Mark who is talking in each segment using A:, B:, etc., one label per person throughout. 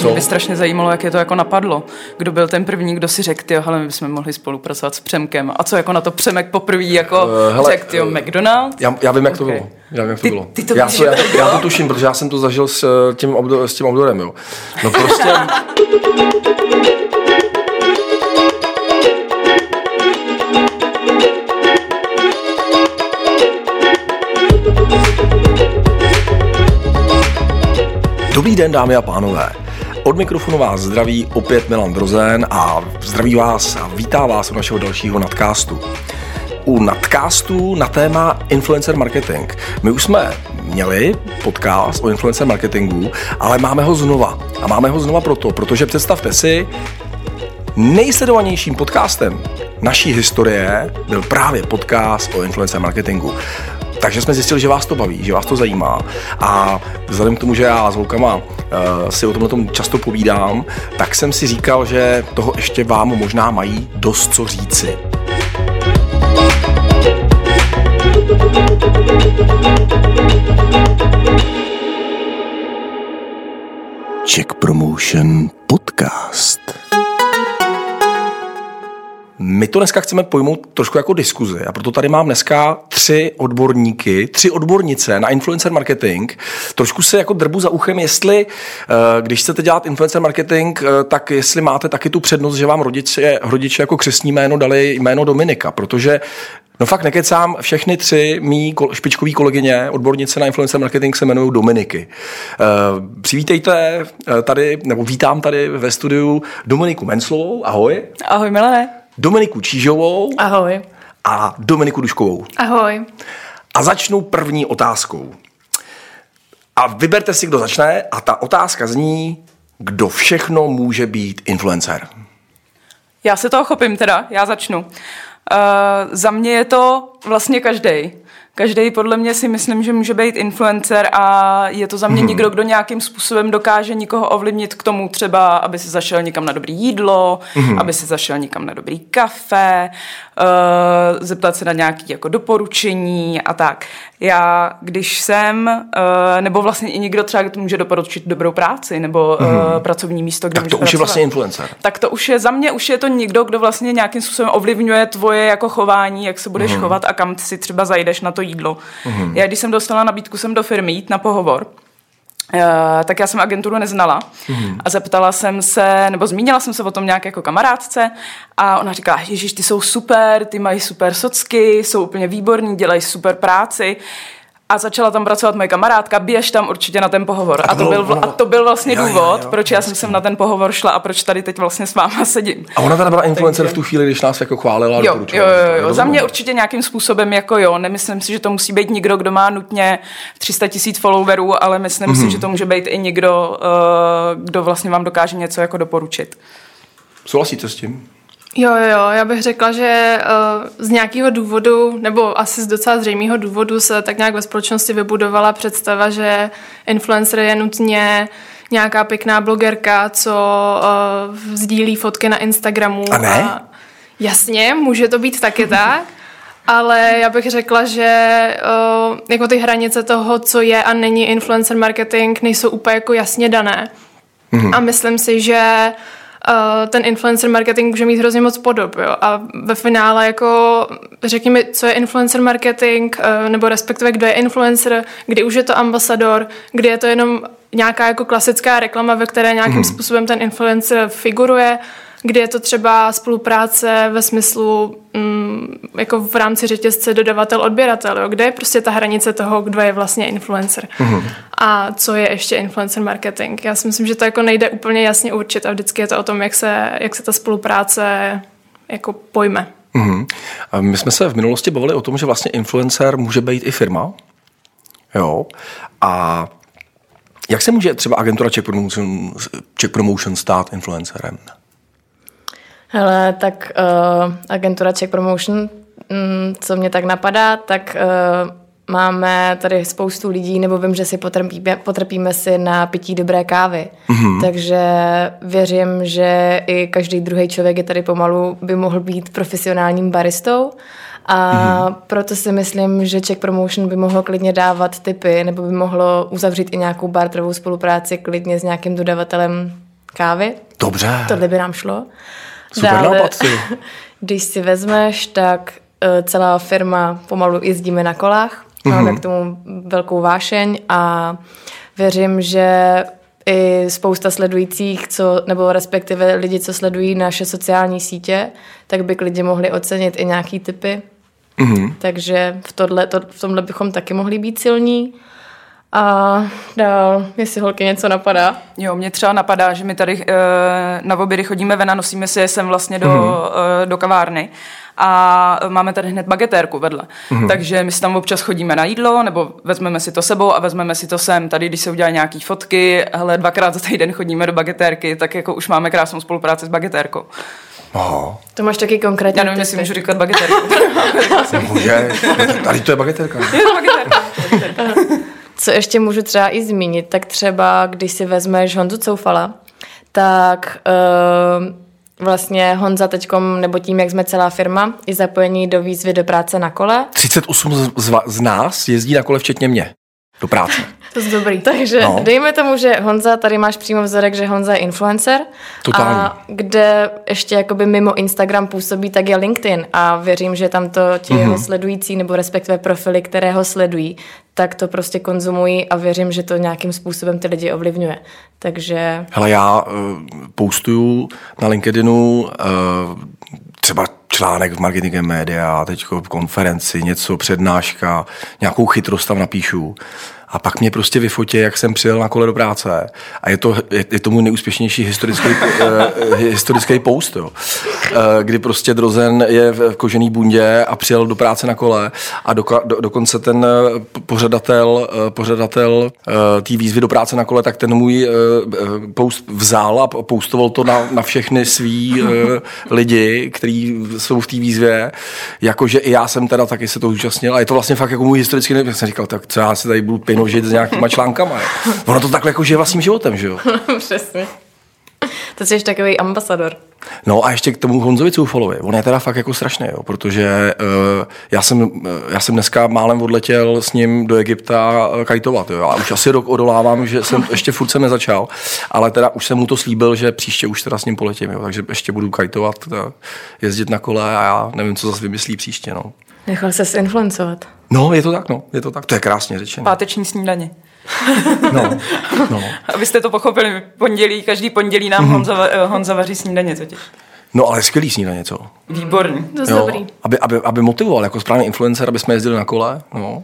A: mě by strašně zajímalo, jak je to jako napadlo. Kdo byl ten první, kdo si řekl, tyjo, hele, my bychom mohli spolupracovat s Přemkem. A co jako na to Přemek poprvé jako řekl, tyjo, McDonald's?
B: Já vím, jak to bylo. Já vím, jak to bylo.
A: Ty to
B: já to tuším, protože já jsem to zažil s tím Obdorem, jo. No prostě... Dobrý den, dámy a pánové. Od mikrofonu vás zdraví opět Milan Drozen a zdraví vás a vítá vás u našeho dalšího nadcastu. U nadcastu na téma influencer marketing. My už jsme měli podcast o influencer marketingu, ale máme ho znova. A máme ho znova protože představte si, nejsledovanějším podcastem naší historie byl právě podcast o influencer marketingu. Takže jsme zjistili, že vás to baví, že vás to zajímá. A vzhledem k tomu, že já s holkama si o tomhle často povídám, tak jsem si říkal, že toho ještě vám možná mají dost co říci. Czech Promotion Podcast. My to dneska chceme pojmout trošku jako diskuzi a proto tady mám dneska tři odbornice na influencer marketing. Trošku se jako drbu za uchem, jestli, když chcete dělat influencer marketing, tak jestli máte taky tu přednost, že vám rodiče jako křestní jméno dali jméno Dominika, protože no fakt nekecám, všechny tři mý špičkový kolegyně, odbornice na influencer marketing se jmenují Dominiky. Přivítejte tady, nebo vítám tady ve studiu Dominiku Menclovou, ahoj.
A: Ahoj Milane.
B: Dominiku Čížovou.
A: Ahoj.
B: A Dominiku Duškovou.
C: Ahoj.
B: A začnu první otázkou. A vyberte si, kdo začne a ta otázka zní, kdo všechno může být influencer.
A: Já se toho chopím teda, já začnu. Za mě je to vlastně každej. Každý podle mě si myslím, že může být influencer a je to za mě někdo, kdo nějakým způsobem dokáže nikoho ovlivnit k tomu třeba, aby si zašel někam na dobrý jídlo, aby si zašel někam na dobrý kafe, zeptat se na nějaké jako doporučení a tak. Já, když jsem, nebo vlastně i někdo třeba může doporučit dobrou práci nebo pracovní místo, kde
B: tak
A: může
B: to už
A: pracovat.
B: Je vlastně influencer.
A: Tak to už je, za mě už je to někdo, kdo vlastně nějakým způsobem ovlivňuje tvoje jako chování, jak se budeš chovat a kam si třeba zajdeš na to jídlo. Já když jsem dostala nabídku sem do firmy jít na pohovor, tak já jsem agenturu neznala a zeptala jsem se, nebo zmínila jsem se o tom nějak jako kamarádce a ona říkala, ježiš, ty jsou super, ty mají super socky, jsou úplně výborní, dělají super práci. A začala tam pracovat moje kamarádka, běž tam určitě na ten pohovor. A to byl vlastně důvod, proč já jsem sem na ten pohovor šla a proč tady teď vlastně s váma sedím.
B: A ona teda byla influencer v tu chvíli, když nás jako chválila a doporučila.
A: Jo. Za mě určitě nějakým způsobem jako jo. Nemyslím si, že to musí být někdo, kdo má nutně 300 000 followerů, ale myslím si, že to může být i někdo, kdo vlastně vám dokáže něco jako doporučit.
B: Souhlasíte s tím?
C: Jo, já bych řekla, že z nějakého důvodu, nebo asi z docela zřejmého důvodu se tak nějak ve společnosti vybudovala představa, že influencer je nutně nějaká pěkná blogerka, co sdílí fotky na Instagramu.
B: A ne?
C: Jasně, může to být taky tak, ale já bych řekla, že jako ty hranice toho, co je a není influencer marketing, nejsou úplně jako jasně dané. A myslím si, že ten influencer marketing může mít hrozně moc podob, jo? A ve finále jako řekni mi, co je influencer marketing, nebo respektive kdo je influencer, kdy už je to ambasador, kdy je to jenom nějaká jako klasická reklama, ve které nějakým způsobem ten influencer figuruje, kdy je to třeba spolupráce ve smyslu jako v rámci řetězce dodavatel-odběratel, jo? Kde je prostě ta hranice toho, kdo je vlastně influencer. A co je ještě influencer marketing. Já si myslím, že to jako nejde úplně jasně určit a vždycky je to o tom, jak se ta spolupráce jako pojme.
B: A my jsme se v minulosti bavili o tom, že vlastně influencer může být i firma. Jo. A jak se může třeba agentura Czech Promotion stát influencerem?
D: Hele, tak agentura Czech Promotion, co mě tak napadá, tak máme tady spoustu lidí, nebo vím, že si potrpíme si na pití dobré kávy. Takže věřím, že i každý druhý člověk je tady pomalu by mohl být profesionálním baristou. A proto si myslím, že Czech Promotion by mohlo klidně dávat tipy, nebo by mohlo uzavřít i nějakou barterovou spolupráci klidně s nějakým dodavatelem kávy.
B: Dobře.
D: Tohle by nám šlo.
B: Super nápad.
D: Když si vezmeš, tak celá firma pomalu jezdíme na kolách. Máme k tomu velkou vášeň a věřím, že i spousta sledujících, nebo respektive lidi, co sledují naše sociální sítě, tak by lidi mohli ocenit i nějaký tipy. Takže v tomhle bychom taky mohli být silní. A dál, jestli holky něco napadá.
A: Jo, mě třeba napadá, že my tady na obědy chodíme ven a nosíme si je sem vlastně do kavárny a máme tady hned bagetérku vedle. Takže my si tam občas chodíme na jídlo, nebo vezmeme si to sebou a vezmeme si to sem. Tady, když se udělají nějaký fotky, hele, 2krát za týden chodíme do bagetérky, tak jako už máme krásnou spolupráci s bagetérkou.
B: Aha.
D: To máš taky konkrétně.
A: Já nevím, jestli můžu říkat bagetérku.
B: Můžeš, tady to je bagetérka.
A: Je to bagetérka.
D: Co ještě můžu třeba i zmínit, tak třeba, když si vezmeš Honzu Coufala, tak vlastně Honza teďkom, nebo tím, jak jsme celá firma, i zapojení do výzvy do práce na kole.
B: 38 z nás jezdí na kole, včetně mě, do práce.
D: To je dobrý. Takže dejme tomu, že Honza, tady máš přímo vzorek, že Honza je influencer.
B: Totální.
D: A kde ještě jakoby mimo Instagram působí, tak je LinkedIn a věřím, že tam to ti jeho sledující nebo respektive profily, které ho sledují, tak to prostě konzumují a věřím, že to nějakým způsobem ty lidi ovlivňuje. Takže...
B: Hele, já postuju na LinkedInu třeba článek v Marketing Media, teďko konferenci, něco, přednáška, nějakou chytrost tam napíšu. A pak mě prostě vyfotí, jak jsem přijel na kole do práce. A je to můj nejúspěšnější historický post, jo. Kdy prostě Drozen je v kožený bundě a přijel do práce na kole a dokonce ten pořadatel té výzvy do práce na kole, tak ten můj post vzal a postoval to na všechny svý lidi, kteří jsou v té výzvě. Jakože i já jsem teda taky se to účastnil a je to vlastně fakt jako můj historický, jak jsem říkal, tak co já si tady budu pinožit s nějakýma článkama. Je. Ono to takhle jako žije vlastním životem, že jo? Přesně.
D: To jsi takový ambasador.
B: No a ještě k tomu Honzovi Coufalovi. On je teda fakt jako strašný, jo, protože já jsem dneska málem odletěl s ním do Egypta kajtovat. Jo. A už asi rok odolávám, že jsem ještě furt jsem nezačal, ale teda už jsem mu to slíbil, že příště už teda s ním poletím, jo, takže ještě budu kajtovat, jezdit na kole a já nevím, co zase vymyslí příště. No.
D: Nechal se zinfluencovat.
B: No, je to tak, no, je to tak. To je krásně řečeno.
A: Páteční snídaně.
B: No.
A: Abyste to pochopili, každý pondělí nám Honza vaří snídaně totiž.
B: No, ale skvělý snídaně, co?
A: Výborný.
D: To je dobrý.
B: Aby motivoval jako správný influencer, aby jsme jezdili na kole, no.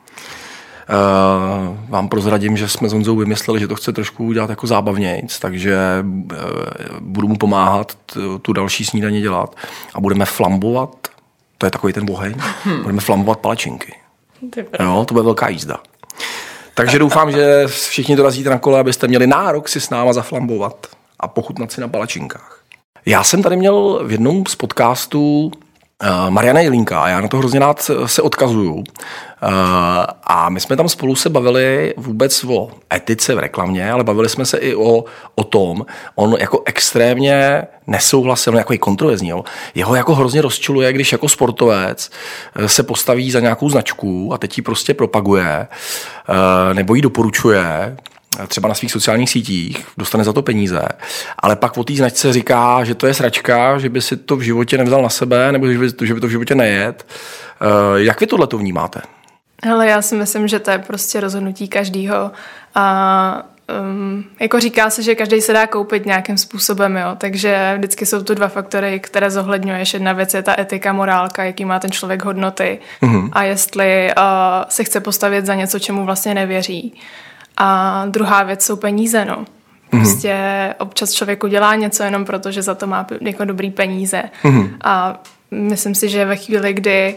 B: Vám prozradím, že jsme s Honzou vymysleli, že to chce trošku udělat jako zábavnějc, takže budu mu pomáhat tu další snídaně dělat a budeme flambovat, to je takový ten oheň, budeme flambovat palačinky. Jo, to bude velká jízda. Takže doufám, že všichni dorazíte na kole, abyste měli nárok si s náma zaflambovat a pochutnat si na palačinkách. Já jsem tady měl v jednom z podcastů Mariana Jelínka a já na to hrozně rád se odkazuju. A my jsme tam spolu se bavili vůbec o etice v reklamě, ale bavili jsme se i o tom, on jako extrémně nesouhlasil, jako i kontroverzní. Jeho jako hrozně rozčiluje, když jako sportovec se postaví za nějakou značku a teď ji prostě propaguje nebo ji doporučuje, třeba na svých sociálních sítích, dostane za to peníze, ale pak o té značce říká, že to je sračka, že by si to v životě nevzal na sebe, nebo že by to v životě nejet. Jak vy tohle to vnímáte?
C: Hele, já si myslím, že to je prostě rozhodnutí každýho a jako říká se, že každý se dá koupit nějakým způsobem, jo, takže vždycky jsou tu dva faktory, které zohledňuješ. Jedna věc je ta etika, morálka, jaký má ten člověk hodnoty a jestli se chce postavit za něco, čemu vlastně nevěří. A druhá věc jsou peníze, no. Prostě občas člověk udělá něco jenom proto, že za to má jako dobrý peníze. A myslím si, že ve chvíli, kdy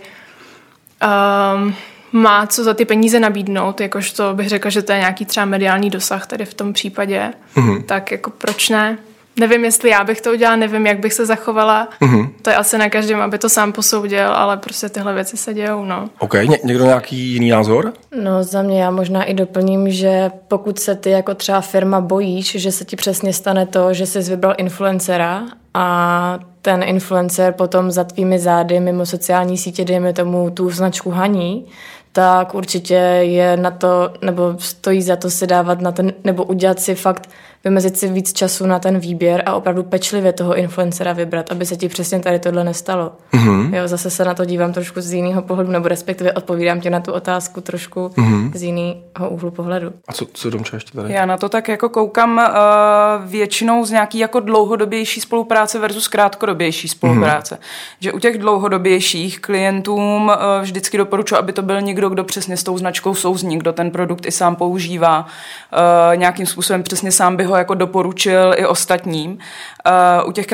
C: má co za ty peníze nabídnout, jakož to bych řekla, že to je nějaký třeba mediální dosah tady v tom případě, tak jako proč ne? Nevím, jestli já bych to udělala, nevím, jak bych se zachovala. To je asi na každém, aby to sám posoudil, ale prostě tyhle věci se dějou, no.
B: OK, někdo nějaký jiný názor?
D: No za mě já možná i doplním, že pokud se ty jako třeba firma bojíš, že se ti přesně stane to, že jsi vybral influencera a ten influencer potom za tvými zády mimo sociální sítě, dejme tomu tu značku haní, tak určitě je na to, nebo stojí za to si dávat na ten, nebo udělat si fakt vymezit si víc času na ten výběr a opravdu pečlivě toho influencera vybrat, aby se ti přesně tady tohle nestalo. Jo, zase se na to dívám trošku z jiného pohledu, nebo respektive odpovídám ti na tu otázku trošku z jiného úhlu pohledu.
B: A co Domča ještě tady?
A: Já na to tak jako koukám většinou z nějaký jako dlouhodobější spolupráce versus krátkodobější spolupráce. Že u těch dlouhodobějších klientům vždycky doporučuji, aby to byl někdo, kdo přesně s tou značkou souzní, kdo ten produkt i sám používá, nějakým způsobem přesně sám by ho jako doporučil i ostatním. U těch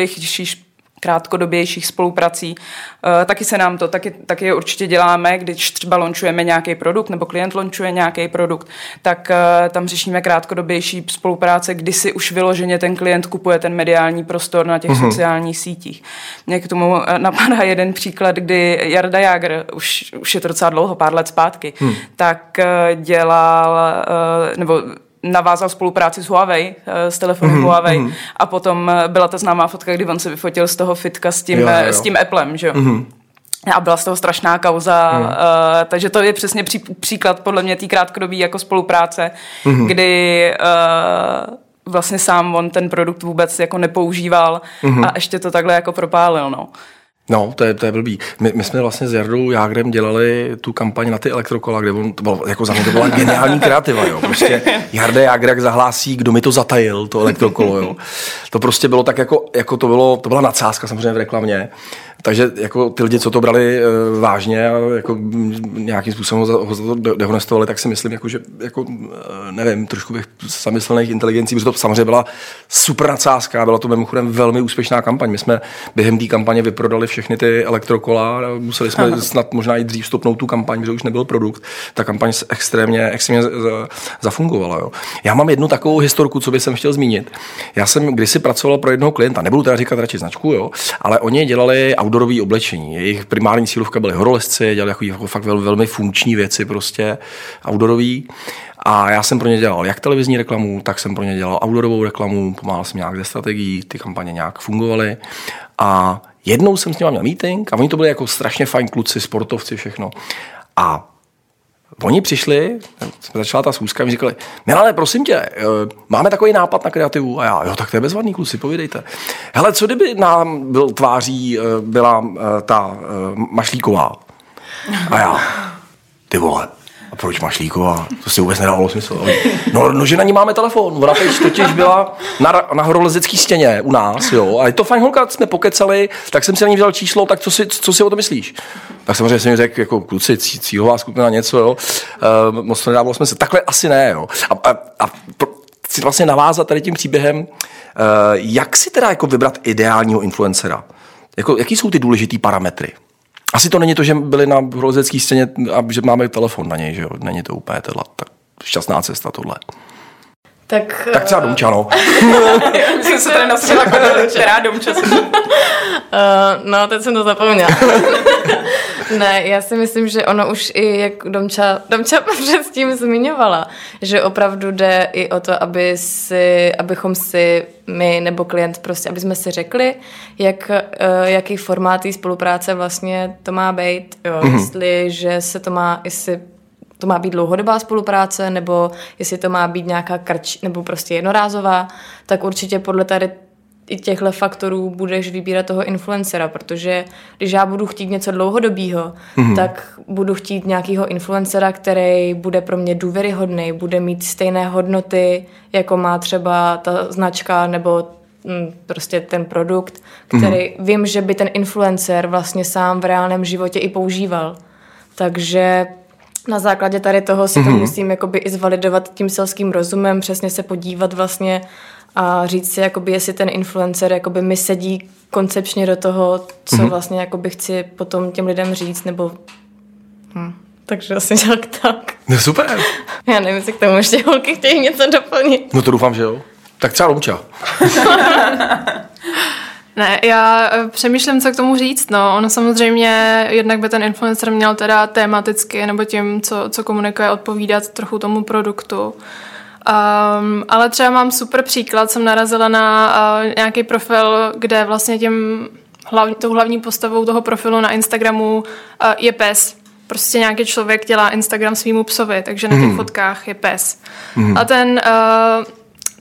A: krátkodobějších spoluprací. Taky se nám to, taky je určitě děláme, když třeba launchujeme nějaký produkt nebo klient launchuje nějaký produkt, tak tam řešíme krátkodobější spolupráce, kdy si už vyloženě ten klient kupuje ten mediální prostor na těch sociálních sítích. Mě k tomu napadá jeden příklad, kdy Jarda Jágr, už je to docela dlouho, pár let zpátky, tak dělal, nebo navázal spolupráci s Huawei, s telefonem Huawei a potom byla ta známá fotka, kdy on se vyfotil z toho fitka s tím Applem, že jo. A byla z toho strašná kauza, takže to je přesně příklad podle mě té krátkodobé jako spolupráce, kdy vlastně sám on ten produkt vůbec jako nepoužíval a ještě to takhle jako propálil, no.
B: No, to je blbý. My jsme vlastně s Jardou Jágrem dělali tu kampaň na ty elektrokola, kde on, to bylo, jako za mě to byla geniální kreativa, jo. Prostě Jarda Jágr, jak zahlásí, kdo mi to zatajil, to elektrokolo, jo. To prostě bylo tak jako to byla nadsázka samozřejmě v reklamě. Takže jako ty lidi, co to brali vážně a jako nějakým způsobem ho za to dehonestovali, tak si myslím, jako, že jako, nevím, trošku bych zamyslených inteligencí, protože to samozřejmě byla super nadsázka, byla to mimochodem velmi úspěšná kampaň. My jsme během té kampaně vyprodali všechny ty elektrokola, museli jsme snad možná i dřív stopnout tu kampaň, protože už nebyl produkt. Ta kampaň extrémně zafungovala. Jo. Já mám jednu takovou historku, co bych chtěl zmínit. Já jsem kdysi pracoval pro jednoho klienta, nebudu teda říkat radši značku, jo, ale oni dělali outdoorové oblečení. Jejich primární cílovka byly horolezci, dělali jako fakt velmi funkční věci, prostě outdoorový. A já jsem pro ně dělal jak televizní reklamu, tak jsem pro ně dělal outdoorovou reklamu, pomáhal jsem nějak ze strategií, ty kampaně nějak fungovaly. A jednou jsem s nimi měl meeting a oni to byli jako strašně fajn kluci, sportovci, všechno. A oni přišli, začala ta schůzka, mi říkali, Milane, prosím tě, máme takový nápad na kreativu. A já, jo, tak to je bezvadný, kluci, povídejte. Hele, co kdyby nám byla ta Mašlíková? A já, ty vole, a proč Mašlíková? To si vůbec nedávalo smysl. No, že na ní máme telefon. Ona totiž byla na horolezecké stěně u nás, jo. A je to fajn holka, jsme pokecali, tak jsem si na ní vzal číslo, tak co si o to myslíš? Tak samozřejmě jsem mi řekl, jako kluci, cílová skupina něco, jo. Moc to nedávalo smysl. Takhle asi ne, jo. A chci vlastně navázat tady tím příběhem, jak si teda jako vybrat ideálního influencera? Jako, jaký jsou ty důležitý parametry? Asi to není to, že byli na horolezecké stěně a že máme telefon na něj, že jo? Není to úplně teda tak šťastná cesta tohle.
D: Tak
B: třeba Domča, no.
A: Myslím, se tady nastřela která Domča.
D: No, teď jsem to zapomněla. Ne, já si myslím, že ono už i jak Domča předtím zmiňovala, že opravdu jde i o to, abychom si my nebo klient prostě, aby jsme si řekli, jaký formát té spolupráce vlastně to má být, jo, jestli to má být dlouhodobá spolupráce, nebo jestli to má být nějaká nebo prostě jednorázová, tak určitě podle tady i těchto faktorů budeš vybírat toho influencera, protože když já budu chtít něco dlouhodobýho, tak budu chtít nějakého influencera, který bude pro mě důvěryhodný, bude mít stejné hodnoty, jako má třeba ta značka nebo prostě ten produkt, který vím, že by ten influencer vlastně sám v reálném životě i používal. Takže na základě tady toho si to musím jakoby i zvalidovat tím selským rozumem, přesně se podívat vlastně a říct si, jakoby, jestli ten influencer jakoby mi sedí koncepčně do toho, co vlastně jakoby chci potom těm lidem říct, nebo takže asi nějak tak.
B: No super.
D: Já nevím, jestli k tomu ještě holky chtějí něco doplnit.
B: No to doufám, že jo. Tak třeba Domča.
C: Ne, já přemýšlím, co k tomu říct. No, ono samozřejmě jednak by ten influencer měl teda tematicky nebo tím, co komunikuje, odpovídat trochu tomu produktu. Ale třeba mám super příklad, jsem narazila na nějaký profil, kde vlastně tou hlavní postavou toho profilu na Instagramu je pes. Prostě nějaký člověk dělá Instagram svýmu psovi, takže na těch fotkách je pes. A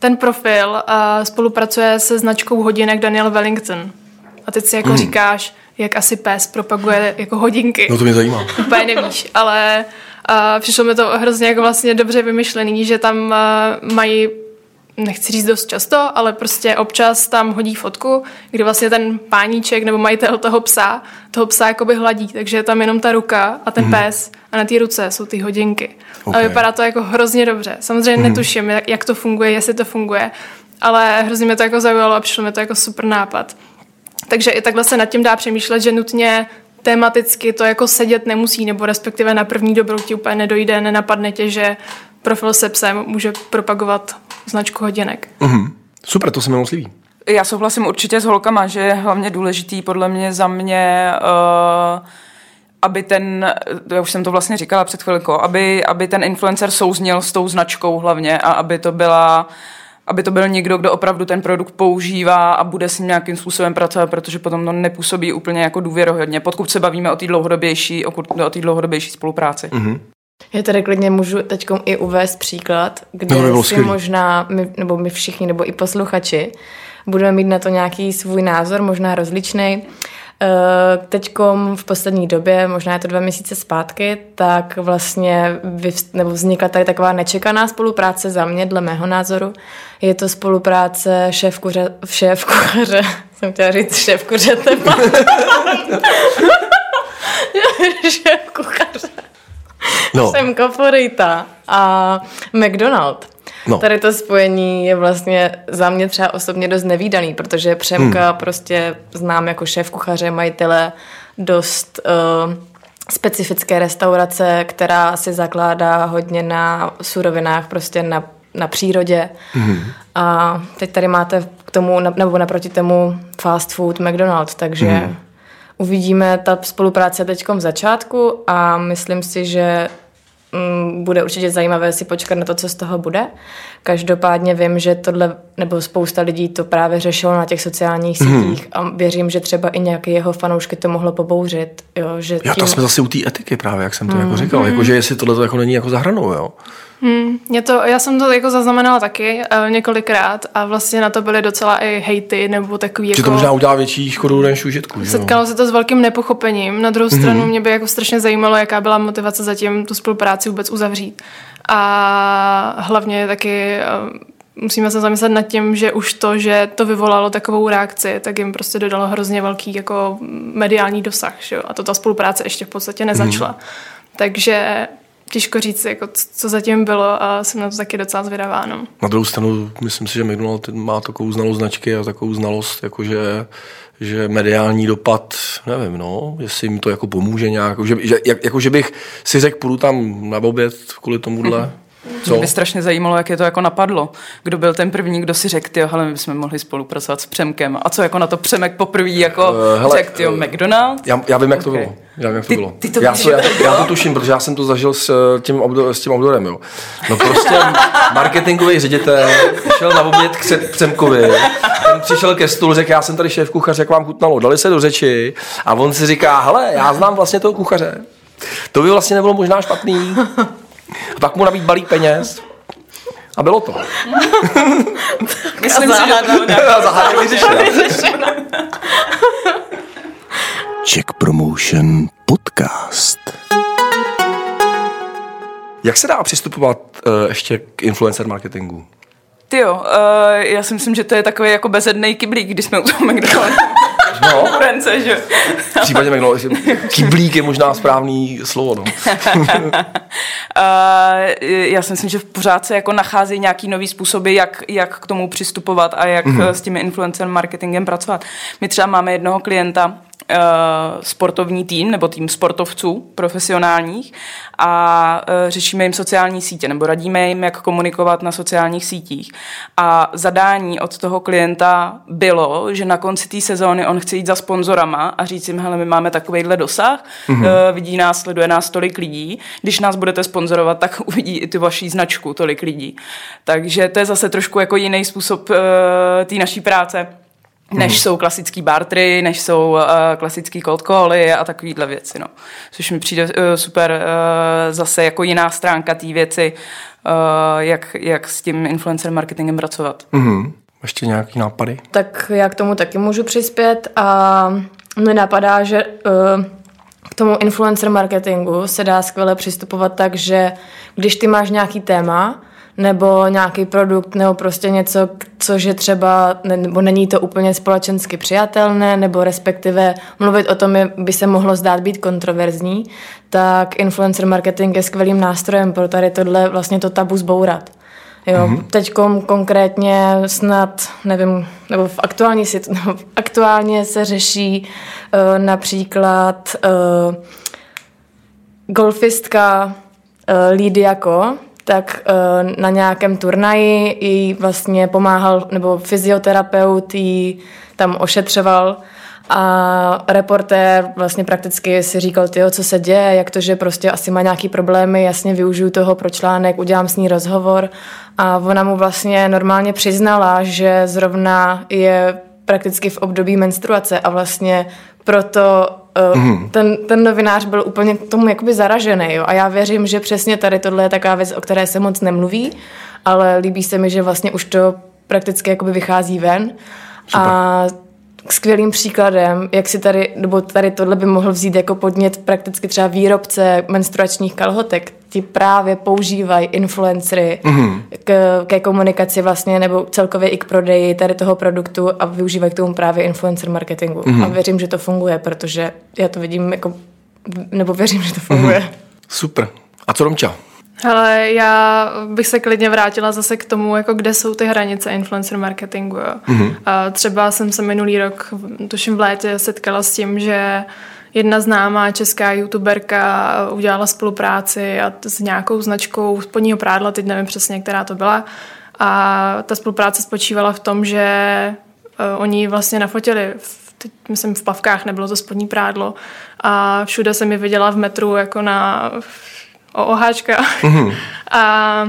C: ten profil spolupracuje se značkou hodinek Daniel Wellington. A teď si jako říkáš, jak asi pes propaguje jako hodinky.
B: No to mě zajímá.
C: Úplně nevíš, ale přišlo mi to hrozně jako vlastně dobře vymyšlený, že tam mají, nechci říct dost často, ale prostě občas tam hodí fotku, kdy vlastně ten páníček nebo majitel toho psa jakoby hladí, takže je tam jenom ta ruka a ten pes a na té ruce jsou ty hodinky. Okay. A vypadá to jako hrozně dobře. Samozřejmě netuším, jak to funguje, jestli to funguje, ale hrozně mě to jako zaujalo a přišlo mi to jako super nápad. Takže i takhle se nad tím dá přemýšlet, že nutně tematicky to jako sedět nemusí, nebo respektive na první dobrou ti úplně nedojde, nenapadne tě, že profil se psem může propagovat značku hodinek.
B: Super, to se mi moc líbí.
A: Já souhlasím určitě s holkama, že je hlavně důležitý podle mě za mě, aby já už jsem to vlastně říkala před chvilkou, aby ten influencer souzněl s tou značkou hlavně a aby to byl někdo, kdo opravdu ten produkt používá a bude s ním nějakým způsobem pracovat, protože potom to nepůsobí úplně jako důvěrohodně, pokud se bavíme o té dlouhodobější spolupráci.
D: Já tady klidně můžu teď i uvést příklad, kde si možná my všichni, nebo i posluchači, budeme mít na to nějaký svůj názor, možná rozličný. Teďkom v poslední době, možná je to 2 měsíce zpátky, tak vlastně vznikla tady taková nečekaná spolupráce za mě, dle mého názoru. Je to spolupráce šéf-kuchaře, jsem chtěla říct šéf-kuřete, šéf-kuchaře. Semka Forejta a McDonald. Tady to spojení je vlastně za mě třeba osobně dost nevídaný, protože Přemka prostě znám jako šéf kuchaře, majitele dost specifické restaurace, která si zakládá hodně na surovinách, prostě na přírodě. A teď tady máte k tomu, nebo naproti tomu fast food McDonald, takže uvidíme, ta spolupráce teďkom v začátku a myslím si, že bude určitě zajímavé si počkat na to, co z toho bude. Každopádně vím, že tohle, nebo spousta lidí to právě řešilo na těch sociálních sítích a věřím, že třeba i nějaké jeho fanoušky to mohlo pobouřit. Jo, že
B: to jsme zase u té etiky právě, jak jsem to jako říkal, jakože jestli tohle jako není jako za hranou, jo.
C: Já jsem to jako zaznamenala taky několikrát a vlastně na to byly docela i hejty nebo takový jako...
B: Že to možná udělá větší škodu než užitku.
C: Setkalo se to s velkým nepochopením. Na druhou stranu mě by jako strašně zajímalo, jaká byla motivace zatím tu spolupráci vůbec uzavřít. A hlavně taky musíme se zamyslet nad tím, že už to, že to vyvolalo takovou reakci, tak jim prostě dodalo hrozně velký jako mediální dosah. Že jo? A to ta spolupráce ještě v podstatě nezačala. Takže... těžko říct, jako, co zatím bylo a jsem na to taky docela zvědavá. No.
B: Na druhou stranu, myslím si, že McDonald má takovou znalost značky a takovou znalost, jakože, že mediální dopad, nevím, no, jestli jim to jako pomůže nějak, že bych si řekl, půjdu tam na oběd kvůli tomuhle.
A: Mě by strašně zajímalo, jak je to jako napadlo. Kdo byl ten první, kdo si řekl, hele, my bychom mohli spolupracovat s Přemkem. A co jako na to Přemek poprvé jako řekl, McDonald?
B: Já vím, jak to bylo. Já to tuším, protože já jsem to zažil s tím Outdoorem, jo. No prostě marketingový ředitel šel na oběd k Přemkovi, ten přišel ke stolu, řekl, já jsem tady šéf kuchař, jak vám chutnalo. Dali se do řeči a on si říká, hele, já znám vlastně toho kuchaře. To by vlastně nebylo možná špatný. A pak mu nabít balík peněz. A bylo to.
A: Myslím si, že
B: zahájil vyřešeno. Czech Promotion Podcast. Jak se dá přistupovat ještě k influencer marketingu?
A: Tyjo, já si myslím, že to je takový jako bezednej kyblík, když jsme u toho McDonaldu.
B: No.
A: Že?
B: V případě McDonaldu kyblík je možná správný slovo. No.
A: Já si myslím, že pořád se jako nachází nějaký nový způsoby, jak k tomu přistupovat a jak s tím influencer marketingem pracovat. My třeba máme jednoho klienta, sportovní tým nebo tým sportovců profesionálních a řešíme jim sociální sítě nebo radíme jim, jak komunikovat na sociálních sítích. A zadání od toho klienta bylo, že na konci té sezóny on chce jít za sponzorama a říct jim, hele, my máme takovejhle dosah, vidí nás, sleduje nás tolik lidí, když nás budete sponzorovat, tak uvidí i tu vaší značku tolik lidí. Takže to je zase trošku jako jiný způsob té naší práce. než jsou klasický bartery, než jsou klasický cold cally a takovýhle věci, no. Což mi přijde super zase jako jiná stránka té věci, jak s tím influencer marketingem pracovat.
B: Ještě nějaký nápady?
D: Tak já k tomu taky můžu přispět a mně napadá, že k tomu influencer marketingu se dá skvěle přistupovat tak, že když ty máš nějaký téma nebo nějaký produkt nebo prostě něco, což je třeba, nebo není to úplně společensky přijatelné, nebo respektive mluvit o tom by se mohlo zdát být kontroverzní, tak influencer marketing je skvělým nástrojem pro tady tohle vlastně to tabu zbourat. Jo, teďkom konkrétně snad, nevím, nebo aktuálně se řeší například golfistka Lídia Ko, tak na nějakém turnaji jí vlastně pomáhal, nebo fyzioterapeut jí tam ošetřoval a reportér vlastně prakticky si říkal, tyjo, co se děje, jak to, že prostě asi má nějaký problémy, jasně využiju toho pro článek, udělám s ní rozhovor a ona mu vlastně normálně přiznala, že zrovna je prakticky v období menstruace a vlastně proto ten novinář byl úplně tomu jakoby zaražený. Jo? A já věřím, že přesně tady tohle je taková věc, o které se moc nemluví, ale líbí se mi, že vlastně už to prakticky jakoby vychází ven. Super. A skvělým příkladem, jak si tady tohle by mohl vzít jako podnět prakticky třeba výrobce menstruačních kalhotek, ti právě používají influencery ke komunikaci vlastně, nebo celkově i k prodeji tady toho produktu a využívají k tomu právě influencer marketingu. A věřím, že to funguje, protože já to vidím jako, nebo věřím, že to funguje.
B: Super. A co Romča?
C: Hele, já bych se klidně vrátila zase k tomu, jako kde jsou ty hranice influencer marketingu. Jo. A třeba jsem se minulý rok, tuším v létě, setkala s tím, že jedna známá česká youtuberka udělala spolupráci s nějakou značkou spodního prádla, teď nevím přesně, která to byla. A ta spolupráce spočívala v tom, že oni vlastně nafotili myslím v plavkách, nebylo to spodní prádlo. A všude jsem je viděla v metru jako na OHčka. A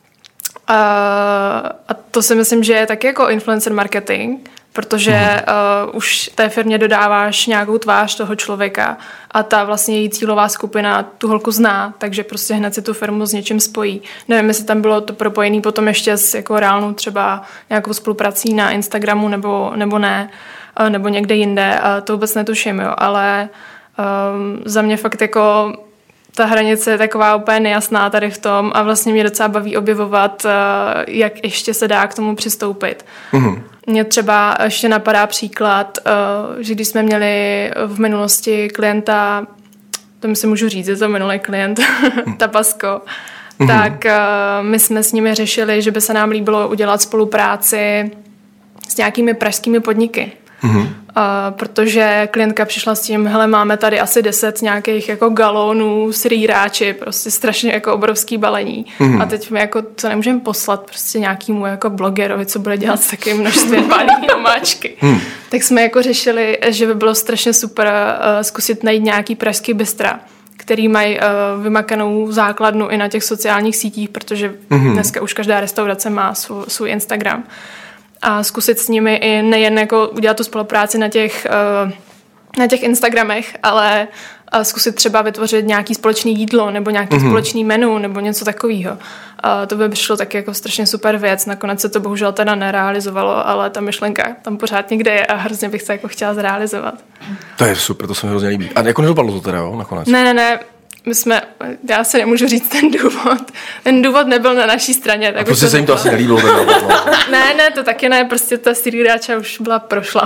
C: to si myslím, že je taky jako influencer marketing, protože už té firmě dodáváš nějakou tvář toho člověka a ta vlastně její cílová skupina tu holku zná, takže prostě hned si tu firmu s něčím spojí. Nevím, jestli tam bylo to propojené potom ještě s jako reálnou třeba nějakou spoluprací na Instagramu nebo ne, nebo někde jinde, to vůbec netuším, jo, ale za mě fakt jako ta hranice je taková úplně nejasná tady v tom a vlastně mě docela baví objevovat, jak ještě se dá k tomu přistoupit. Mně třeba ještě napadá příklad, že když jsme měli v minulosti klienta, to mi si můžu říct, je to minulý klient, Tabasko, tak my jsme s nimi řešili, že by se nám líbilo udělat spolupráci s nějakými pražskými podniky. Protože klientka přišla s tím, hele, máme tady asi 10 nějakých jako galonů srýráči, prostě strašně jako obrovský balení. A teď my jako to nemůžeme poslat prostě nějakému jako blogerovi, co bude dělat s takovým množstvím balí omáčky. Tak jsme jako řešili, že by bylo strašně super zkusit najít nějaký pražský bystra, který mají vymakanou základnu i na těch sociálních sítích, protože dneska už každá restaurace má svůj Instagram. A zkusit s nimi i nejen jako udělat tu spolupráci na těch Instagramech, ale zkusit třeba vytvořit nějaký společný jídlo nebo nějaký společný menu nebo něco takového. To by přišlo taky jako strašně super věc. Nakonec se to bohužel teda nerealizovalo, ale ta myšlenka tam pořád někde je a hrozně bych to jako chtěla zrealizovat.
B: To je super, to se mi hrozně líbí. A jako nedopadlo to teda, jo, nakonec?
C: Ne. Já si nemůžu říct ten důvod. Ten důvod nebyl na naší straně. Tak
B: a prostě se jim to asi nelíbilo.
C: Ne, to taky ne, prostě ta srýráča už byla prošla.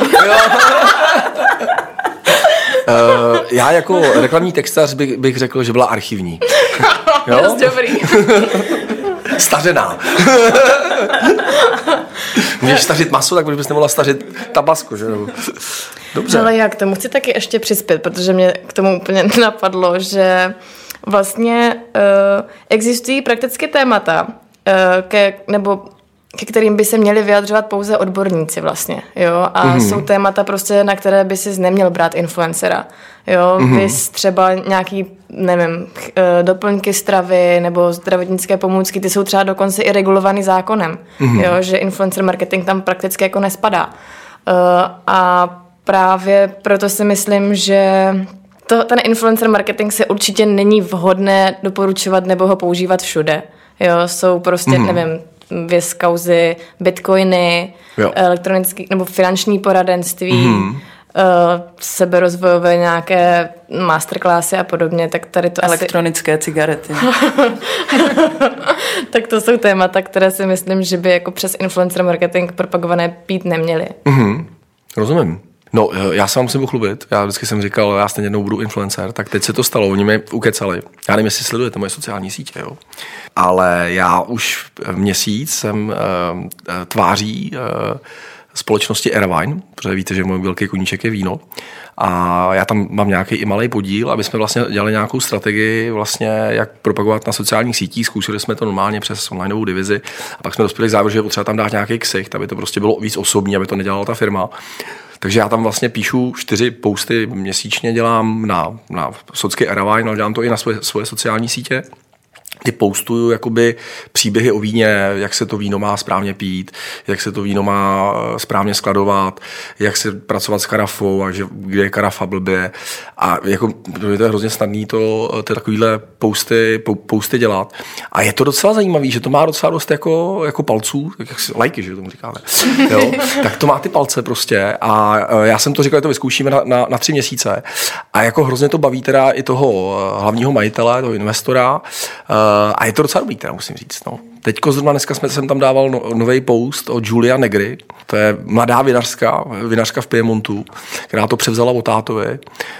B: Já jako reklamní textař bych řekl, že byla archivní.
C: Jo? Dobrý.
B: Stařená. Můžeš stařit maso, tak bys nemohla stařit Tabasco, že? Dobře.
D: Ale já k tomu chci taky ještě přispět, protože mě k tomu úplně napadlo, že vlastně existují prakticky témata, ke kterým by se měli vyjadřovat pouze odborníci vlastně, jo, a jsou témata prostě, na které by si neměl brát influencera, jo, bys třeba nějaký, nevím, doplňky stravy nebo zdravotnické pomůcky, ty jsou třeba dokonce i regulovaný zákonem, jo, že influencer marketing tam prakticky jako nespadá. A právě proto si myslím, že ten influencer marketing se určitě není vhodné doporučovat nebo ho používat všude. Jo, jsou prostě, nevím, věc kauzy, bitcoiny, elektronický nebo finanční poradenství, seberozvojové nějaké masterclassy a podobně, tak tady to
A: elektronické cigarety.
D: Tak to jsou témata, které si myslím, že by jako přes influencer marketing propagované být neměly.
B: Rozumím. No, já se vám musím pochlubit. Já vždycky jsem říkal, já stejně jednou budu influencer, tak teď se to stalo, oni mě ukecali. Já nevím, jestli sledujete moje sociální sítě, jo. Ale já už měsíc jsem tváří společnosti Airwine, protože víte, že můj velký koníček je víno. A já tam mám nějaký i malý podíl, aby jsme vlastně dělali nějakou strategii, vlastně, jak propagovat na sociálních sítích. Zkusili jsme to normálně přes onlineovou divizi a pak jsme dospěli k závěru, že je potřeba tam dát nějaký ksicht, aby to prostě bylo víc osobní, aby to nedělala ta firma. Takže já tam vlastně píšu 4 posty měsíčně, dělám na socky Airwine, ale dělám to i na svoje sociální sítě. Ty postuju jakoby příběhy o víně, jak se to víno má správně pít, jak se to víno má správně skladovat, jak se pracovat s karafou a že, kde je karafa blbě. A jako, to je hrozně snadný to takovýhle posty dělat. A je to docela zajímavý, že to má docela dost jako palců, lajky, že tomu říkáme. Jo? Tak to má ty palce prostě. A já jsem to říkal, že to vyzkoušíme na 3 měsíce. A jako hrozně to baví teda i toho hlavního majitele, toho investora. A je to docela dobrý, teda musím říct. No. Teďko zrovna dneska jsem tam dával nový post o Giulia Negri. To je mladá vinařka v Piemontu, která to převzala od tátovi.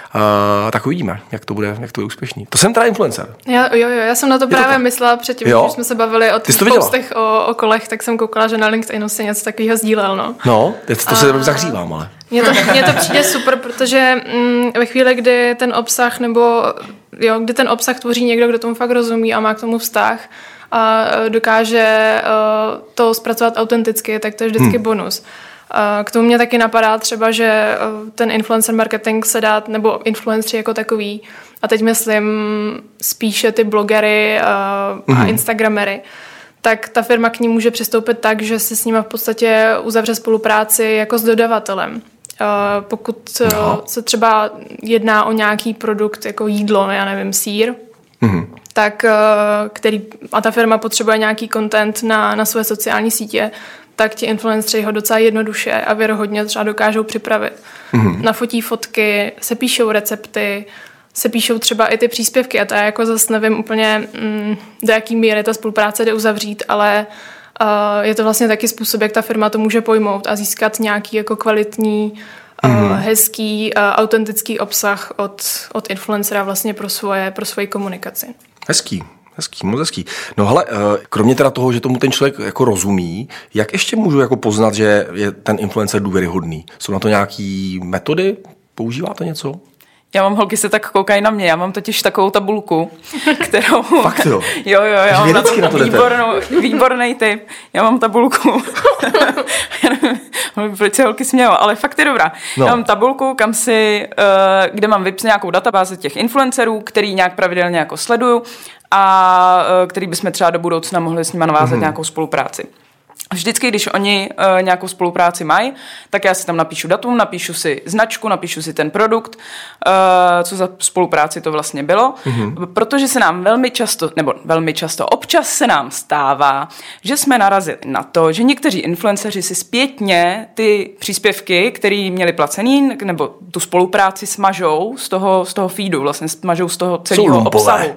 B: Tak uvidíme, jak to bude úspěšný. To jsem teda influencer.
C: Já jsem na to právě myslela předtím, když jsme se bavili o těch postech o kolech, tak jsem koukala, že na LinkedInu se něco takového sdílel.
B: No, to se zahřívám, ale.
C: Mně to přijde super, protože ve chvíli, kdy ten obsah kdy ten obsah tvoří někdo, kdo tomu fakt rozumí a má k tomu vztah a dokáže to zpracovat autenticky, tak to je vždycky bonus. K tomu mě taky napadá třeba, že ten influencer marketing se dá, nebo influenceri jako takový, a teď myslím spíše ty blogery a instagramery, tak ta firma k ní může přistoupit tak, že se s nimi v podstatě uzavře spolupráci jako s dodavatelem. Pokud se třeba jedná o nějaký produkt jako jídlo, já nevím, sýr, tak a ta firma potřebuje nějaký content na své sociální sítě, tak ti influenceri ho docela jednoduše a věrohodně třeba dokážou připravit. Nafotí fotky, se píšou recepty, se píšou třeba i ty příspěvky a to já jako zase nevím úplně, do jaký míry ta spolupráce jde uzavřít, ale je to vlastně taky způsob, jak ta firma to může pojmout a získat nějaký jako kvalitní, hezký, autentický obsah od influencera vlastně pro svoji komunikaci.
B: Hezký, moc hezký. No hele, kromě teda toho, že tomu ten člověk jako rozumí, jak ještě můžu jako poznat, že je ten influencer důvěryhodný? Jsou na to nějaký metody? Používáte něco?
A: Já mám, holky se tak koukají na mě, já mám totiž takovou tabulku, kterou...
B: Fakt jo?
A: Jo, já mám na to výborný tip. Já mám tabulku. Já nevím, proč se holky smějou, ale fakt je dobrá. No. Já mám tabulku, kde mám vypsat nějakou databázi těch influencerů, který nějak pravidelně jako sleduju a který bychom třeba do budoucna mohli s nimi navázat nějakou spolupráci. Vždycky, když oni nějakou spolupráci mají, tak já si tam napíšu datum, napíšu si značku, napíšu si ten produkt, co za spolupráci to vlastně bylo, protože se nám velmi často, občas se nám stává, že jsme narazili na to, že někteří influenceři si zpětně ty příspěvky, které měli placený, nebo tu spolupráci smažou z toho feedu, vlastně smažou z toho celého obsahu.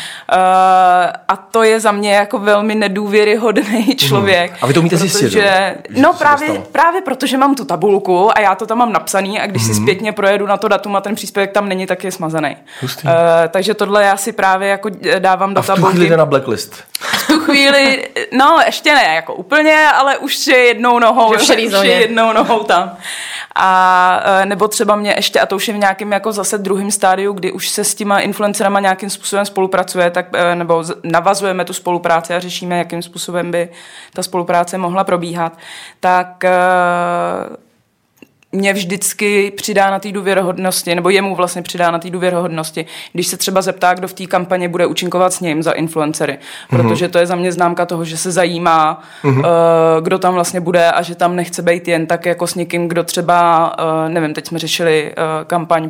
A: A to je za mě jako velmi nedůvěryhodný člověk.
B: A vy to umíte zjistit, že
A: no právě protože mám tu tabulku a já to tam mám napsaný a když si zpětně projedu na to datum a ten příspěvek tam není, tak je smazaný. Takže tohle já si právě jako dávám do tabulky. A v tu
B: chvíli jde na blacklist.
A: V tu chvíli, no ještě ne jako úplně, ale už je jednou nohou tam. A nebo třeba mě ještě, a to už je v nějakém jako zase druhém stádiu, kdy už se s těma influencerama nějakým způsobem spolupracuje, tak, nebo navazujeme tu spolupráci a řešíme, jakým způsobem by ta spolupráce mohla probíhat, tak mě vždycky přidá na té důvěryhodnosti, nebo jemu vlastně přidá na té důvěryhodnosti, když se třeba zeptá, kdo v té kampani bude účinkovat s ním za influencery. Protože to je za mě známka toho, že se zajímá, kdo tam vlastně bude a že tam nechce být jen tak jako s někým, kdo třeba, nevím, teď jsme řešili kampaň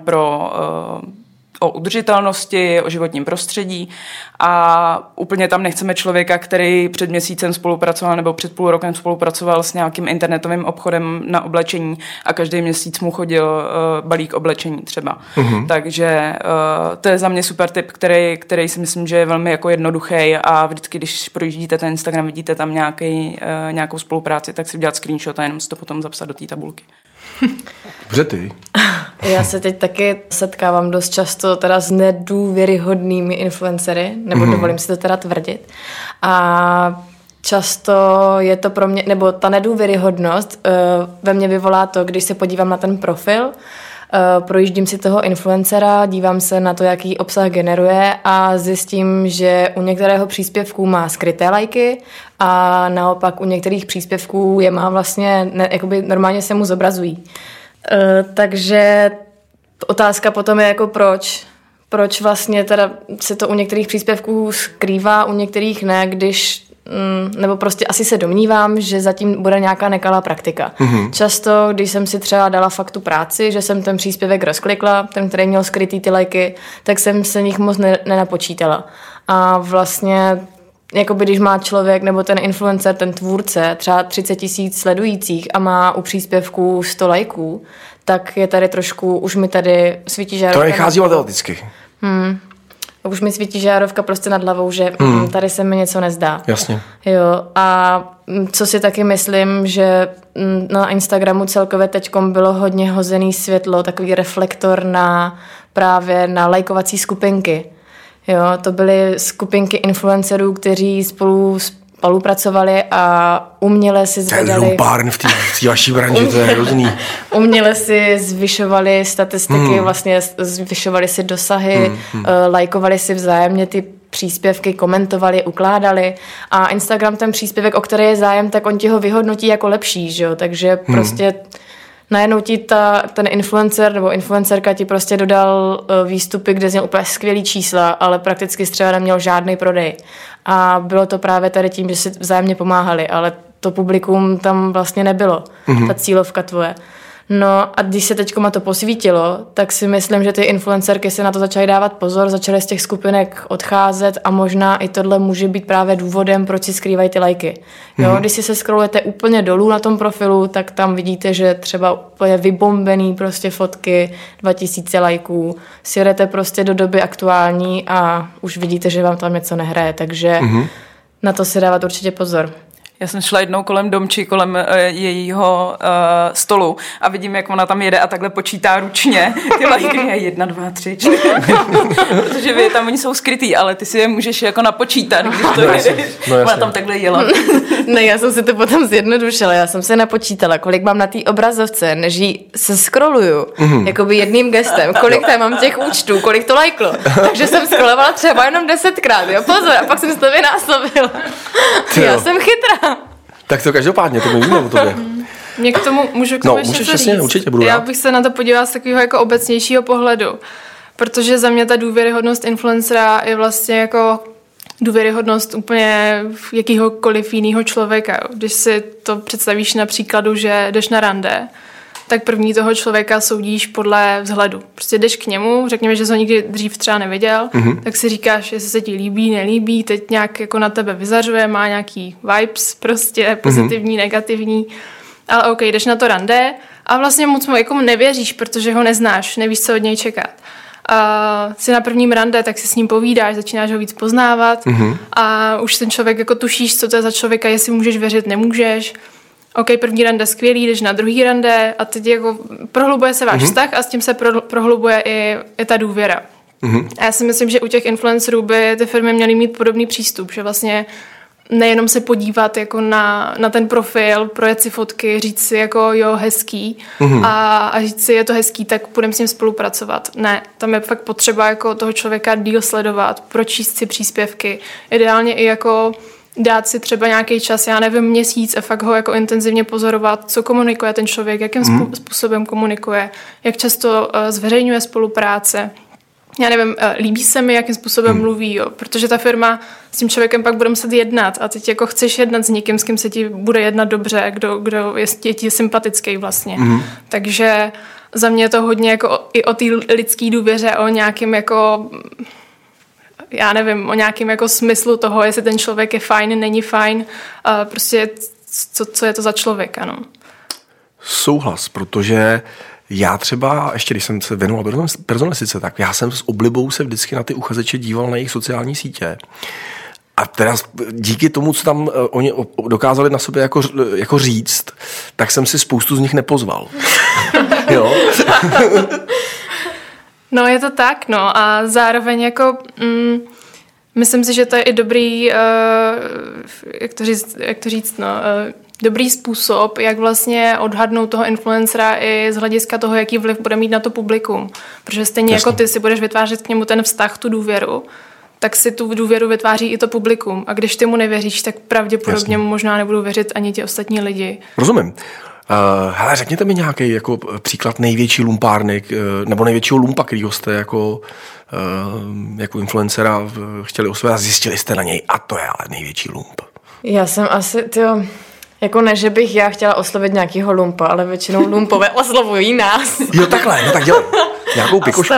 A: o udržitelnosti, o životním prostředí a úplně tam nechceme člověka, který před měsícem spolupracoval nebo před půl rokem spolupracoval s nějakým internetovým obchodem na oblečení a každý měsíc mu chodil balík oblečení třeba. Takže to je za mě super tip, který si myslím, že je velmi jako jednoduchý a vždycky, když projíždíte ten Instagram, vidíte tam nějakou spolupráci, tak si udělat screenshot a jenom si to potom zapsat do té tabulky.
B: Dobře ty.
D: Já se teď taky setkávám dost často teda s nedůvěryhodnými influencery, nebo dovolím si to teda tvrdit. A často je to pro mě, nebo ta nedůvěryhodnost ve mně vyvolá to, když se podívám na ten profil, projíždím si toho influencera, dívám se na to, jaký obsah generuje a zjistím, že u některého příspěvku má skryté lajky a naopak u některých příspěvků je má vlastně, jakoby normálně se mu zobrazují. Takže otázka potom je jako proč vlastně teda se to u některých příspěvků skrývá, u některých ne, když nebo prostě asi se domnívám, že zatím bude nějaká nekalá praktika. Často, když jsem si třeba dala fakt tu práci, že jsem ten příspěvek rozklikla, ten, který měl skrytý ty lajky, tak jsem se nich moc nenapočítala. A vlastně jakoby když má člověk nebo ten influencer, ten tvůrce třeba 30 000 sledujících a má u příspěvku 100 lajků, tak je tady trošku, už mi tady svítí žárovka.
B: To nechází matematicky.
D: Už mi svítí žárovka prostě nad hlavou, že tady se mi něco nezdá.
B: Jasně.
D: Jo, a co si taky myslím, že na Instagramu celkově teďkom bylo hodně hozený světlo, takový reflektor právě na lajkovací skupinky. Jo, to byly skupinky influencerů, kteří spolupracovali a uměle si zvedali...
B: To je lumpárn v té vaší branži, to je hrozný.
D: Uměle si zvyšovali statistiky, vlastně zvyšovali si dosahy, lajkovali si vzájemně ty příspěvky, komentovali, ukládali a Instagram ten příspěvek, o který je zájem, tak on ti ho vyhodnotí jako lepší, že jo, takže prostě... Najednou ti ten influencer nebo influencerka ti prostě dodal výstupy, kde měl úplně skvělý čísla, ale prakticky třeba neměl žádný prodej. A bylo to právě tady tím, že si vzájemně pomáhali, ale to publikum tam vlastně nebylo, ta cílovka tvoje. No a když se teďko to posvítilo, tak si myslím, že ty influencerky si na to začaly dávat pozor, začaly z těch skupinek odcházet a možná i tohle může být právě důvodem, proč si skrývají ty lajky. Jo, když si se scrollujete úplně dolů na tom profilu, tak tam vidíte, že třeba úplně vybombený prostě fotky, 2000 lajků, si jedete prostě do doby aktuální a už vidíte, že vám tam něco nehraje, takže na to si dávat určitě pozor.
A: Já jsem šla jednou kolem domči, kolem jejího stolu a vidím, jak ona tam jede a takhle počítá ručně. Ty lajky je 1, 2, 3, 4. Protože vy tam oni jsou skrytý, ale ty si je můžeš jako napočítat, když to jedeš. No, ona tam takhle jela.
D: Ne, já jsem si to potom zjednodušila. Já jsem se napočítala, kolik mám na té obrazovce, než ji se scrolluju, jakoby jedným gestem, kolik tam mám těch účtů, kolik to lajklo. Takže jsem scrollovala třeba jenom 10krát, jo, pozor, a pak jsem si to vynásobila. Já jsem chytrá.
B: Tak to každopádně, to víme o tobě.
C: Mě k tomu můžu ještě
B: říct. Určitě budu
C: Já bych se na to podívala z takového jako obecnějšího pohledu, protože za mě ta důvěryhodnost influencera je vlastně jako důvěryhodnost úplně jakýhokoliv jiného člověka. Když si to představíš na příkladu, že jdeš na rande, tak první toho člověka soudíš podle vzhledu. Prostě jdeš k němu, řekněme, že jsi ho nikdy dřív třeba neviděl, tak si říkáš, jestli se ti líbí, nelíbí, teď nějak jako na tebe vyzařuje, má nějaký vibes, prostě pozitivní, negativní. Ale OK, jdeš na to rande a vlastně moc mu jako nevěříš, protože ho neznáš, nevíš, co od něj čekat. Jsi na prvním rande, tak si s ním povídáš, začínáš ho víc poznávat a už ten člověk jako tušíš, co to je za člověka, jestli můžeš věřit, nemůžeš. OK, první rande skvělý, jdeš na druhý rande a teď jako prohlubuje se váš vztah a s tím se prohlubuje i ta důvěra. A já si myslím, že u těch influencerů by ty firmy měly mít podobný přístup, že vlastně nejenom se podívat jako na ten profil, projet si fotky, říct si jako jo, hezký a říct si je to hezký, tak půjdeme s ním spolupracovat. Ne, tam je fakt potřeba jako toho člověka díl sledovat, pročíst si příspěvky, ideálně i jako dát si třeba nějaký čas, já nevím, měsíc a fakt ho jako intenzivně pozorovat, co komunikuje ten člověk, jakým způsobem komunikuje, jak často zveřejňuje spolupráce. Já nevím, líbí se mi, jakým způsobem mluví, jo, protože ta firma s tím člověkem pak bude muset jednat a teď jako chceš jednat s někým, s kým se ti bude jednat dobře, kdo je ti sympatický vlastně. Takže za mě je to hodně jako i o té lidské důvěře, o nějakým jako, já nevím, o nějakým jako smyslu toho, jestli ten člověk je fajn, není fajn, prostě co je to za člověk, ano.
B: Souhlas, protože já třeba, ještě když jsem se věnoval personalistice, tak já jsem s oblibou se vždycky na ty uchazeče díval na jejich sociální sítě. A teda díky tomu, co tam oni dokázali na sobě jako říct, tak jsem si spoustu z nich nepozval. Jo?
C: No je to tak, no a zároveň jako myslím si, že to je i dobrý, jak to říct, dobrý způsob, jak vlastně odhadnout toho influencera i z hlediska toho, jaký vliv bude mít na to publikum. Protože stejně jako ty si budeš vytvářet k němu ten vztah, tu důvěru, tak si tu důvěru vytváří i to publikum. A když ty mu nevěříš, tak pravděpodobně mu možná nebudou věřit ani ti ostatní lidi.
B: Rozumím. Hele, řekněte mi nějaký jako příklad největší lumpárny, nebo největšího lumpa, kterýho jste jako influencera chtěli osvojit a zjistili jste na něj. A to je ale největší lump. Já jsem asi,
D: jako ne, že bych já chtěla oslovit nějakýho lumpa, ale většinou lumpové oslovují nás.
B: Jo, takhle, no tak dělej. Nějakou pikošku.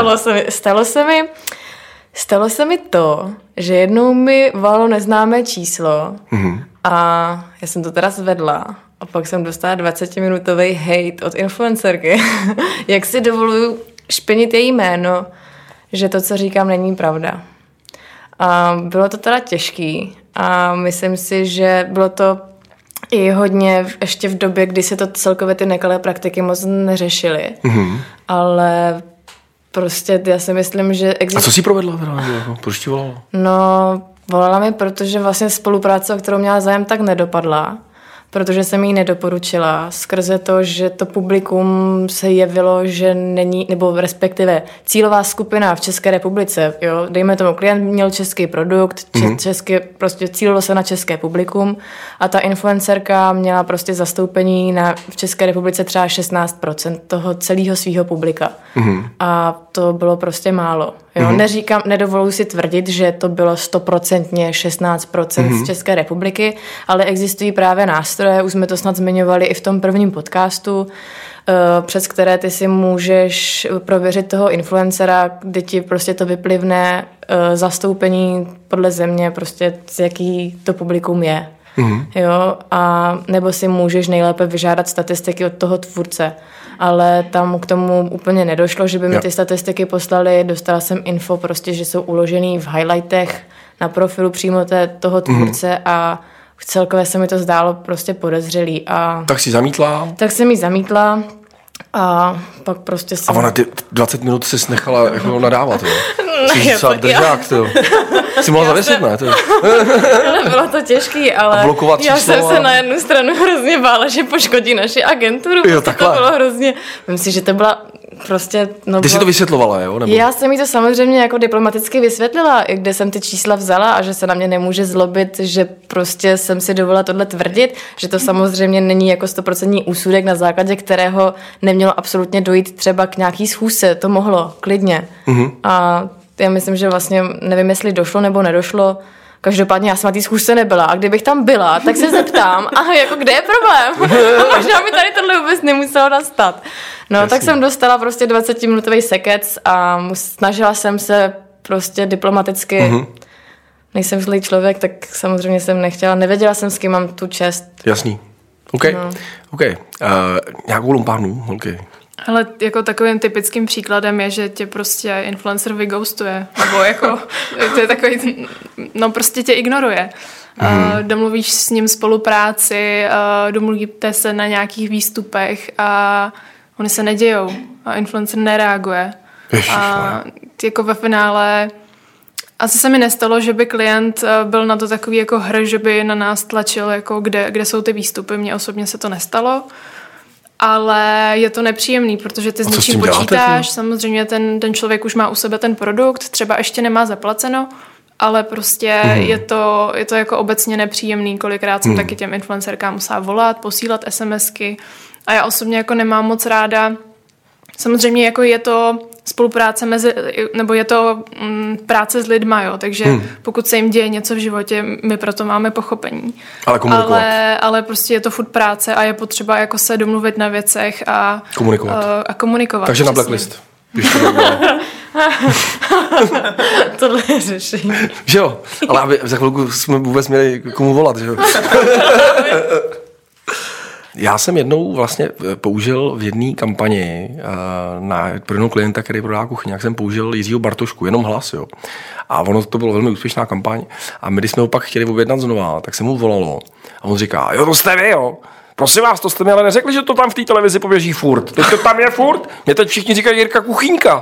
D: Stalo se mi to, že jednou mi volalo neznámé číslo a já jsem to teda zvedla a pak jsem dostala 20-minutový hate od influencerky. Jak si dovoluju špinit její jméno, že to, co říkám, není pravda. A bylo to teda těžký a myslím si, že bylo to i hodně ještě v době, kdy se to celkově ty nekalé praktiky moc neřešily. Ale prostě já si myslím, že
B: A co jsi provedla teda? Proč ti volala?
D: No, volala mi, protože vlastně spolupráce, o kterou měla zájem, tak nedopadla. Protože jsem jí nedoporučila. Skrze to, že to publikum se jevilo, že není, nebo respektive cílová skupina v České republice, jo, dejme tomu, klient měl český produkt, český, prostě cílilo se na české publikum a ta influencerka měla prostě zastoupení v České republice třeba 16% toho celého svého publika. A to bylo prostě málo. Jo? Nedovoluji si tvrdit, že to bylo 100% 16% z České republiky, ale existují právě nástroje, už jsme to snad zmiňovali i v tom prvním podcastu, přes které ty si můžeš prověřit toho influencera, kdy ti prostě to vyplivne zastoupení podle země, prostě z jaký to publikum je. Jo? A nebo si můžeš nejlépe vyžádat statistiky od toho tvůrce. Ale tam k tomu úplně nedošlo, že by mi ty statistiky poslali. Dostala jsem info prostě, že jsou uložený v highlightech na profilu přímo toho tvůrce a celkově se mi to zdálo prostě podezřelý.
B: Tak si zamítla?
D: Tak jsem ji zamítla a pak prostě jsem...
B: A ona ty 20 minut si nechala jako nadávat, jo? Jsi docela držák, to. Jsi mohla zavěsit, ne?
D: Bylo to těžký, ale já jsem se na jednu stranu hrozně bála, že poškodí naši agenturu.
B: Jo, takhle.
D: To bylo hrozně... Myslím si, že to byla prostě...
B: Ty jsi to vysvětlovala, jo? Nebo?
D: Já jsem jí to samozřejmě jako diplomaticky vysvětlila, kde jsem ty čísla vzala a že se na mě nemůže zlobit, že prostě jsem si dovolila tohle tvrdit, že to samozřejmě není jako 100% úsudek, na základě kterého nemělo absolutně dojít třeba k nějaký schůzce. To mohlo, klidně. A já myslím, že vlastně nevím, jestli došlo nebo nedošlo. Každopádně já jsem na té schůzce nebyla a kdybych tam byla, tak se zeptám, jako kde je problém? A možná mi tady tohle vůbec nemuselo nastat. No, tak jsem dostala prostě 20-minutový sekec a snažila jsem se prostě diplomaticky, nejsem zlý člověk, tak samozřejmě jsem nechtěla, nevěděla jsem, s kým mám tu čest.
B: Jasný. OK. Nějakou lumpárnu, holky.
C: Ale jako takovým typickým příkladem je, že tě prostě influencer vyghostuje, nebo jako, to je takový, no prostě tě ignoruje. Domluvíš s ním spolupráci, domluvíte se na nějakých výstupech a oni se nedějou a influencer nereaguje. A jako ve finále asi se mi nestalo, že by klient byl na to takový jako hr, že by na nás tlačil, jako kde jsou ty výstupy. Mně osobně se to nestalo. Ale je to nepříjemný, protože ty s něčím počítáš, samozřejmě ten člověk už má u sebe ten produkt, třeba ještě nemá zaplaceno ale prostě je to jako obecně nepříjemný, kolikrát jsem taky těm influencerkám musela volat, posílat SMSky a já osobně jako nemám moc ráda. Samozřejmě jako je to spolupráce nebo je to práce s lidma, jo, takže pokud se jim děje něco v životě, my proto máme pochopení.
B: Ale komunikovat.
C: Ale prostě je to furt práce a je potřeba jako se domluvit na věcech a komunikovat.
B: Takže na blacklist.
D: Tohle je řešení.
B: Že jo, ale aby za chvilku jsme vůbec měli komu volat, že jo. Já jsem jednou vlastně použil v jedné kampani pro jednou klienta, který prodá kuchyň, jak jsem použil Jiřího Bartošku, jenom hlas, jo. A ono to bylo velmi úspěšná kampaň a my, když jsme ho pak chtěli objednat znova, tak se mu volalo a on říká, jo, to jste vy, jo. Prosím vás, to jste mi ale neřekli, že to tam v té televizi poběží furt. Teď to tam je furt. Mě teď všichni říkají Jirka Kuchyňka.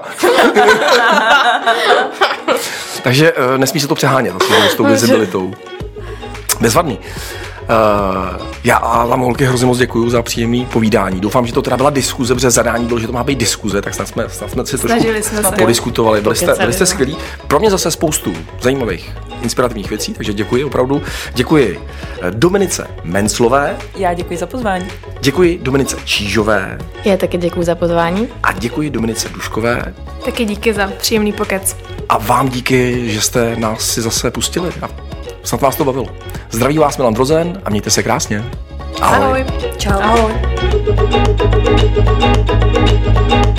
B: Takže nesmí se to přehánět s tou vizibilitou. Bezvadný. Já vám, holky, hrozně moc děkuju za příjemný povídání. Doufám, že to teda byla diskuze, protože zadání bylo, že to má být diskuze, tak snad jsme si trošku podiskutovali. Byli jste skvělí. Pro mě zase spoustu zajímavých, inspirativních věcí, takže děkuji opravdu. Děkuji Dominice Menclové.
A: Já děkuji za pozvání.
B: Děkuji Dominice Čížové.
D: Já taky děkuji za pozvání.
B: A děkuji Dominice Duškové.
C: Taky díky za příjemný pokec.
B: A vám díky, že jste nás si zase pustili. A snad vás to bavilo. Zdraví vás Milan Drozen a mějte se krásně. Ahoj.
C: Ahoj.
D: Čau.
C: Ahoj.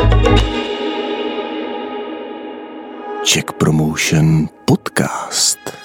B: Czech Promotion Podcast.